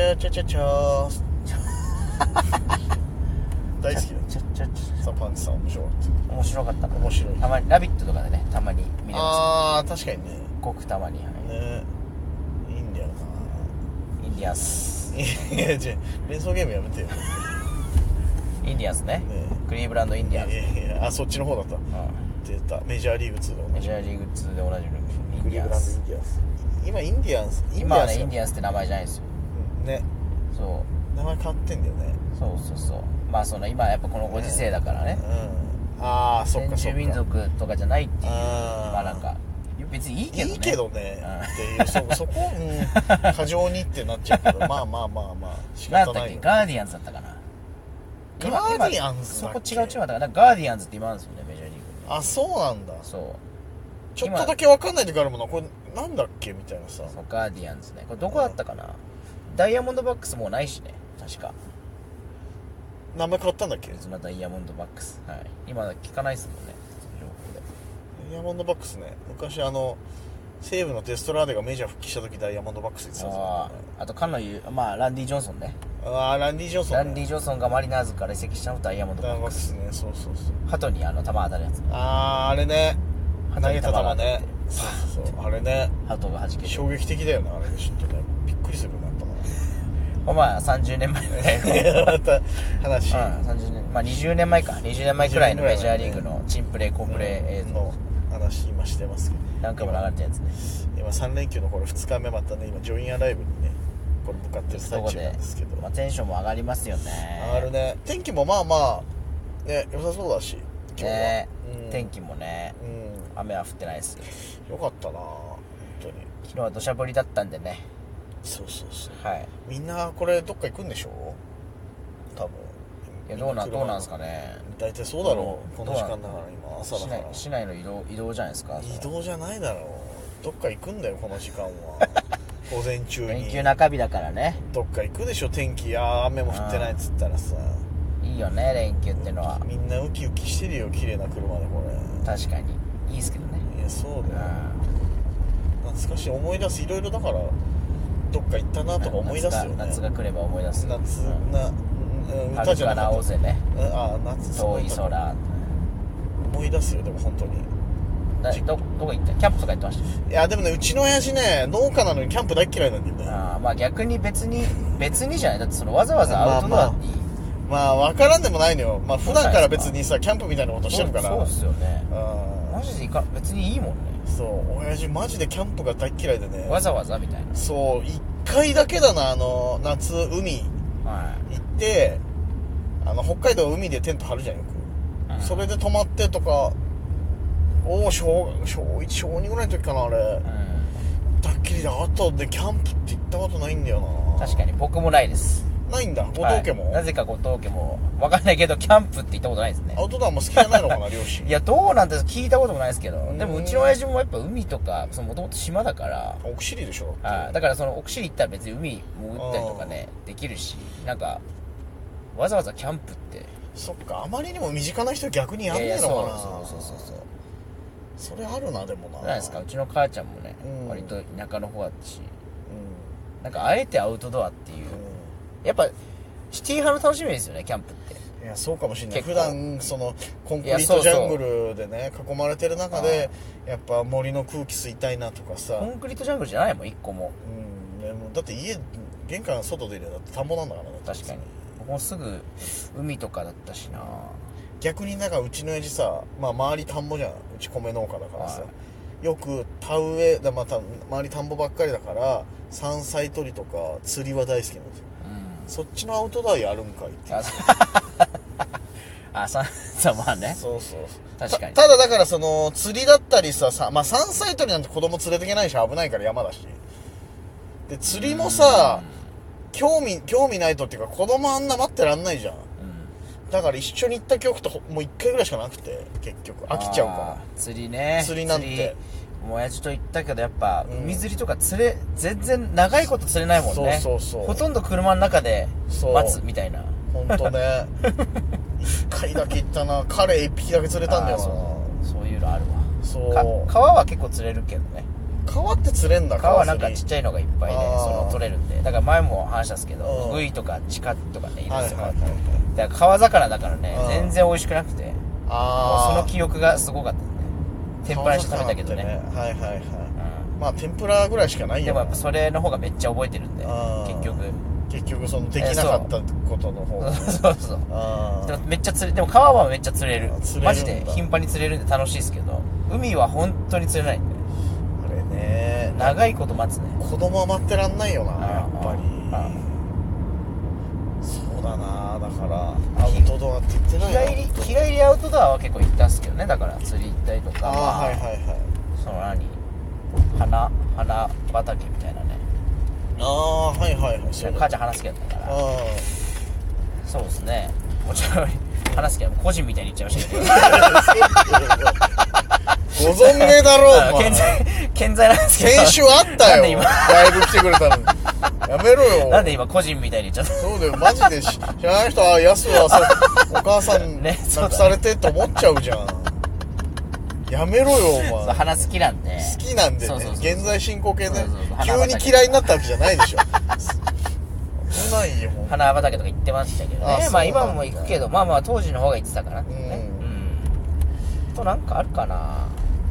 ャチャチャチャー大好きださパンチさん面白かった。 面白かった。 面白い。 たまにラビットとかでね、たまに見れま確かにね。 す。ごくたまに、はい、 ね、いいんだよな。 インディアンス。 いやじゃ連想ゲームやめてよ。 インディアンス ねクリーブランドインディアンス。 いやそっちの方だった、出た。メジャーリーグ2でメジャーリーグ2で同じのクリーブランドインディアンス。今インディアンス今はねインディアンスって名前じゃないんですよね。 そう名前変わってんだよね。 そうまあその今やっぱこのご時世だからね、 そっかそっか。 先住民族とかじゃないっていうまあなんか別にいいけどねいいけどねっていうそこ過剰にってなっちゃうけどまあ仕方ないよ。 ガーディアンズだったかな。 ガーディアンズそこ違うチームだったかな。ガーディアンズって今あるんですよねメジャーリーグに。 そうなんだ。 そうちょっとだけ分かんない時あるもの。これなんだっけみたいなさ。 そうガーディアンズね。これどこだったかな。ダイヤモンドバックスもうないしね確か。 名前変わったんだっけ。 ダイヤモンドバックス、はい、今聞かないっすもんね情報で。 ダイヤモンドバックスね。昔西武のデストラーデがメジャー復帰した時ダイヤモンドバックス言ってたんですよ、ね。 あとかの言うランディ・ジョンソンね。 ランディ・ジョンソン、ね、 ランディ・ジョンソンがマリナーズから移籍したのダイヤモンドバックスね。そう鳩に球当たるやつ。 あれね。投げた球ね。そうあれね。 鳩が弾けて衝撃的だよねあれ。ちょっとねびっくりするよねやっぱな。 30年前また話、 30年20年前か20年前くらいのメジャーリーグのチンプレー好プレー映像の話今してますけど、 何回も流れてるやつね。 今3連休の頃2日目またね今ジョインアライブにねこれ向かってる最中なんですけど、 テンションも上がりますよね。 上がるね。天気もね良さそうだし今日はね、天気もね、雨は降ってないですよかったな本当に。 昨日は土砂降りだったんでね。 そうはい。 みんなこれどっか行くんでしょ多分。 いやどうなんですかね。 大体そうだろうこの時間だから今朝だから。 市内の移動じゃないですか。 移動じゃないだろう。どっか行くんだよこの時間は午前中に。 連休中日だからね。 どっか行くでしょ天気。雨も降ってないっつったらさ。 いいよね連休ってのは。 みんなウキウキしてるよ綺麗な車でこれ。 確かにいいっすけどね。 いやそうだよ。懐かしい思い出す。いろいろだからどっか行ったなとか思い出すよね。 夏が来れば思い出す。 歌じゃなかった。 春かな青瀬ね。 夏遠い空思い出すよ。でも本当にどこ行った？キャンプとか行ってました？ いやでもねうちの親父ね農家なのにキャンプ大嫌いなんだよね。 逆に別にじゃない。だってわざわざアウトドアに分からんでもないのよ。普段から別にさキャンプみたいなことしてるから。 そうっすよね。マジで別にいいもんね。 そう親父マジでキャンプが大嫌いでね。 わざわざみたいな。 そう1回だけだな夏海行って、北海道は海でテント張るじゃんよく、それで泊まってとか小1小2ぐらいの時かなあれ、だっきりで後でキャンプって行ったことないんだよな。 確かに僕もないです。 ないんだ。後藤家も、 なぜか後藤家も分かんないけどキャンプって行ったことないですね。 アウトドアも好きじゃないのかな両親。 いやどうなんです聞いたこともないですけど、でもうちの親父もやっぱ海とかもともと島だから奥尻でしょ。 だから奥尻行ったら別に海潜ったりとかねできるし、なんかわざわざキャンプって。 そっかあまりにも身近な人逆にやんねえのかな。 そうそれあるな。でもなじゃないですか。うちの母ちゃんもね、割と田舎の方だったし、なんかあえてアウトドアっていう、やっぱシティ派の楽しみですよねキャンプって。 いやそうかもしれない。普段コンクリートジャングルでね囲まれてる中でやっぱ森の空気吸いたいなとかさ。 コンクリートジャングルじゃないもん一個も。 でもだって玄関外出るだって田んぼなんだからね。 確かに僕もすぐ海とかだったしな。 逆にうちの親父さ、周り田んぼじゃん。うち米農家だからさ、よく田植えだ、周り田んぼばっかりだから山菜採りとか釣りは大好きなんですよ、そっちのアウトドアやるんかいってまあね。 そう確かに。 ただだから釣りだったりさ、山菜採りなんて子供連れてけないし危ないから山だし、で釣りもさ興味ないとっていうか子供あんな待ってらんないじゃん、 だから一緒に行った記憶ともう1回ぐらいしかなくて、結局飽きちゃうから釣りね。 釣りなんてもう親父と行ったけどやっぱ海釣りとか全然長いこと釣れないもんね。 そうほとんど車の中で待つみたいな。 ほんとね1回だけ行ったな。カレー1匹だけ釣れたんだよな。 そういうのあるわ。 そう川は結構釣れるけどね。 川って釣れんだ。 川はなんかちっちゃいのがいっぱいね取れるんで。だから前も話したんですけど、ウイとかチカとかねいるんですよ。だから川魚だからね全然美味しくなくて、もうその記憶がすごかったね。天ぷらにして食べたけどね。 はいはいはい。まあ天ぷらぐらいしかないよ。 でもやっぱそれの方がめっちゃ覚えてるんで、結局そのできなかったことの方がそうでもめっちゃでも川はめっちゃ釣れる。マジで頻繁に釣れるんで楽しいですけど、海は本当に釣れないんで。 あれね、 長いこと待つね。 子供は待ってらんないよな、やっぱり。そうだな。だからアウトドアって言ってないな。 日帰りアウトドアは結構行ったんすけどね。だから釣り行ったりとか、 はいはいはい。 その花畑みたいなね。 はいはいはい。 母ちゃん話すけどだから。そうですね。もちろん話すけど個人みたいに言っちゃいましたけどご存命だろう。 健在なんですけど。 先週あったよ。ライブ来てくれたのに。やめろよ。 なんで今個人みたいに言っちゃった。 そうだよ、マジで知らない人はヤスはお母さん亡くされてって思っちゃうじゃん。やめろよお前。 花好きなんで。 好きなんでね。現在進行形ね。急に嫌いになったわけじゃないでしょ。危ないよ。 花畑とか行ってましたけどね。まあ今も行くけど、まあ当時の方が行ってたからね。となんかあるかな。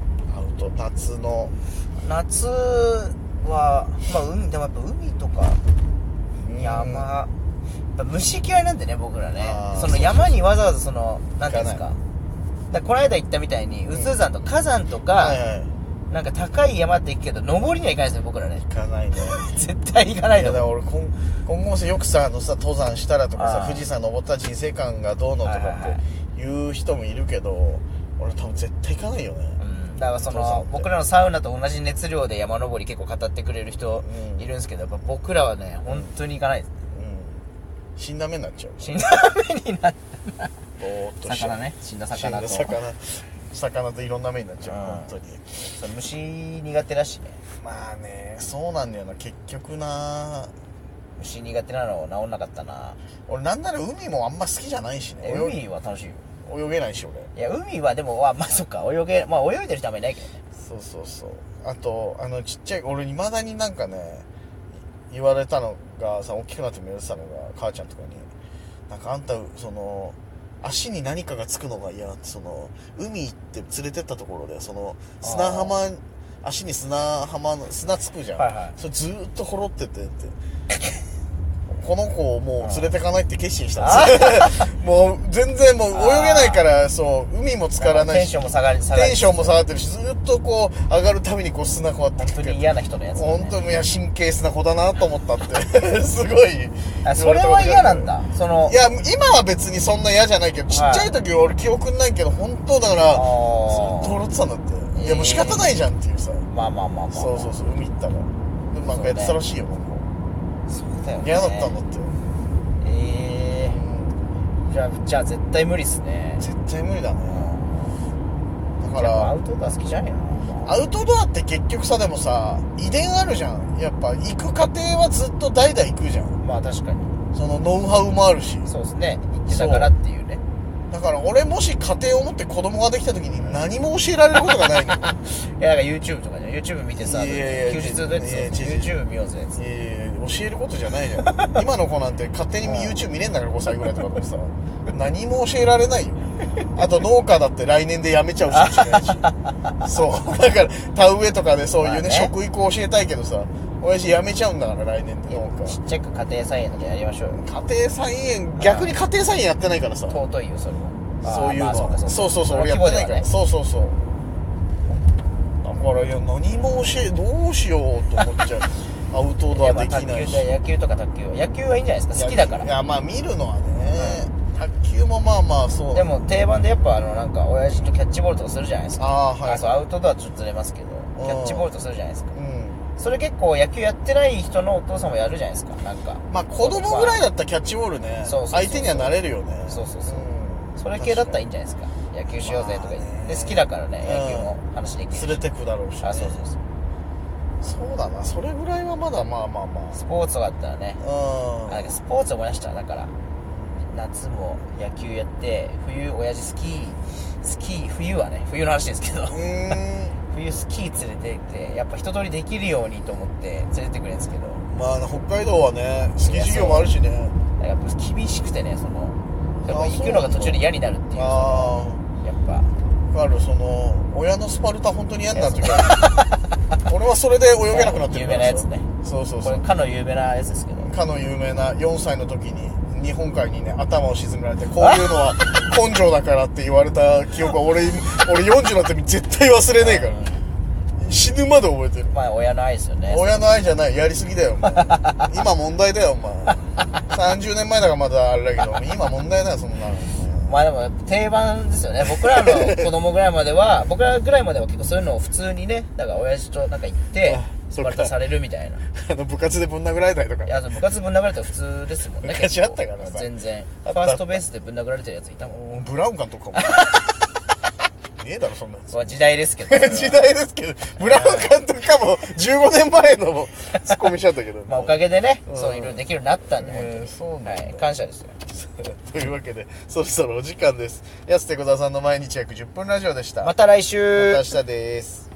夏はまあでもやっぱ海とか山、虫嫌いなんでね僕らね。その山にわざわざそのなんていうんですか。この間行ったみたいに有珠山とか火山とかなんか高い山って行くけど登りには行かないですよ僕らね。 行かないね。 絶対行かないの。 だから俺今後よくさ登山したらとかさ富士山登った人生観がどうのとかって言う人もいるけど、俺多分絶対行かないよね。 だからその僕らのサウナと同じ熱量で山登り結構語ってくれる人いるんですけど、やっぱ僕らはね本当に行かないです。 死んだ目になっちゃう。 死んだ目になった魚ね。死んだ魚といろんな目になっちゃう。本当に虫苦手だしね。 まあね、そうなんだよな。結局な、 虫苦手なの治んなかったな。 俺なんなら海もあんま好きじゃないしね。 海は楽しいよ。 泳げないし俺。 いや海はでもまあそっか泳いでる人あんまりいないけどね。 そうあとちっちゃい俺未だになんかね言われたのがさ、大きくなっても言われてたのが母ちゃんとかに、なんかあんたその足に何かがつくのが嫌って、その海行って連れてったところでその砂浜、足に砂つくじゃん、それずーっとほろっててこの子をもう連れてかないって決心したんですよもう全然もう泳げないから、そう海も浸からないしテンションも下がってるし、ずっとこう上がるたびにこう砂こうやって本当に嫌な人のやつ、ね、 本当に神経質な子だなと思ったってすごいそれは嫌なんだ。 いや今は別にそんな嫌じゃないけど、ちっちゃい時は俺記憶ないけど本当だからずっと笑ってたんだって。いやもう仕方ないじゃんっていうさ、 まあそう海行ったらでもなんかやってたらしいよ。 そうだよね。 嫌だったんだって。 じゃあ絶対無理っすね。 絶対無理だね。だからアウトドア好きじゃねえな。 アウトドアって結局さ、でもさ遺伝あるじゃん。やっぱ行く過程はずっと代々行くじゃん。 まあ確かにそのノウハウもあるし。 そうですね、行ってたからっていうね。 だから俺もし家庭を持って子供ができた時に何も教えられることがないの。 いやなんか YouTube とかね、 YouTube 見てさ、休日どうやって YouTube 見ようぜっつって。 教えることじゃないじゃん。今の子なんて勝手に YouTube 見れんだから、5歳ぐらいとかでさ何も教えられないよ。あと農家だって来年で辞めちゃうしれないしそうだから田植えとかでそういうね、食育を教えたいけどさ、親父辞めちゃうんだから来年で農家。 ちっちゃく家庭菜園でやりましょうよ。 家庭菜園、逆に家庭菜園やってないからさ、 尊いよそれは。 そういうのはそう俺やってないから、そうだからいや何もどうしようと思っちゃうアウトドアできないし。 野球とか卓球はいいんじゃないですか、好きだから。 いやまあ見るのはね、卓球もまあそうでも定番でやっぱなんか親父とキャッチボールとかするじゃないですか。 そうアウトドアちょっとずれますけど、キャッチボールとかするじゃないですか。 それ結構野球やってない人のお父さんもやるじゃないですか。なんかまあ子供ぐらいだったらキャッチボールね、相手にはなれるよね。 そう、それ系だったらいいんじゃないですか。野球しようぜとか言って、で好きだからね、野球の話できる、 連れてくだろうし、ね、そうだな、それぐらいはまだまあスポーツとかだったらね、なんかスポーツ思い出した。だから夏も野球やって、冬親父スキー冬はね、冬の話ですけど冬スキー連れてってやっぱ一通りできるようにと思って連れてってくれるんですけど、 まあ北海道はねスキー授業もあるしね、 やっぱ厳しくてね、やっぱ行くのが途中で嫌になるっていう、やっぱ親のスパルタ本当に嫌になる時俺はそれで泳げなくなってるから。 有名なやつね。 そうこれかの有名なやつですけど、 かの有名な4歳の時に日本海にね頭を沈められて、こういうのは根性だからって言われた記憶は俺40になって絶対忘れねえから死ぬまで覚えてる。 まあ親の愛ですよね。 親の愛じゃない、やりすぎだよお前今問題だよお前30年前だからまだあれだけど今問題だよそんなの。 まあでも定番ですよね。僕らの子供ぐらいまでは僕らぐらいまでは結構そういうのを普通にね、だから親父となんか行ってスパルタされるみたいな部活でぶん殴られたりとか。 いや部活ぶん殴られたら普通ですもんね。 昔あったからさ、 全然ファーストベースでぶん殴られてるやついたもん。 ブラウン監督かもねえだろそんなやつ。 まあ時代ですけど時代ですけど、ブラウン監督かも15年前のツッコミしちゃったけど、 まあおかげでね、そういろいろできるようになったんで、本当にそうなんだ、 はい、感謝ですよというわけでそろそろお時間です。安手小沢さんの毎日約10分ラジオでした。 また来週。 また明日です。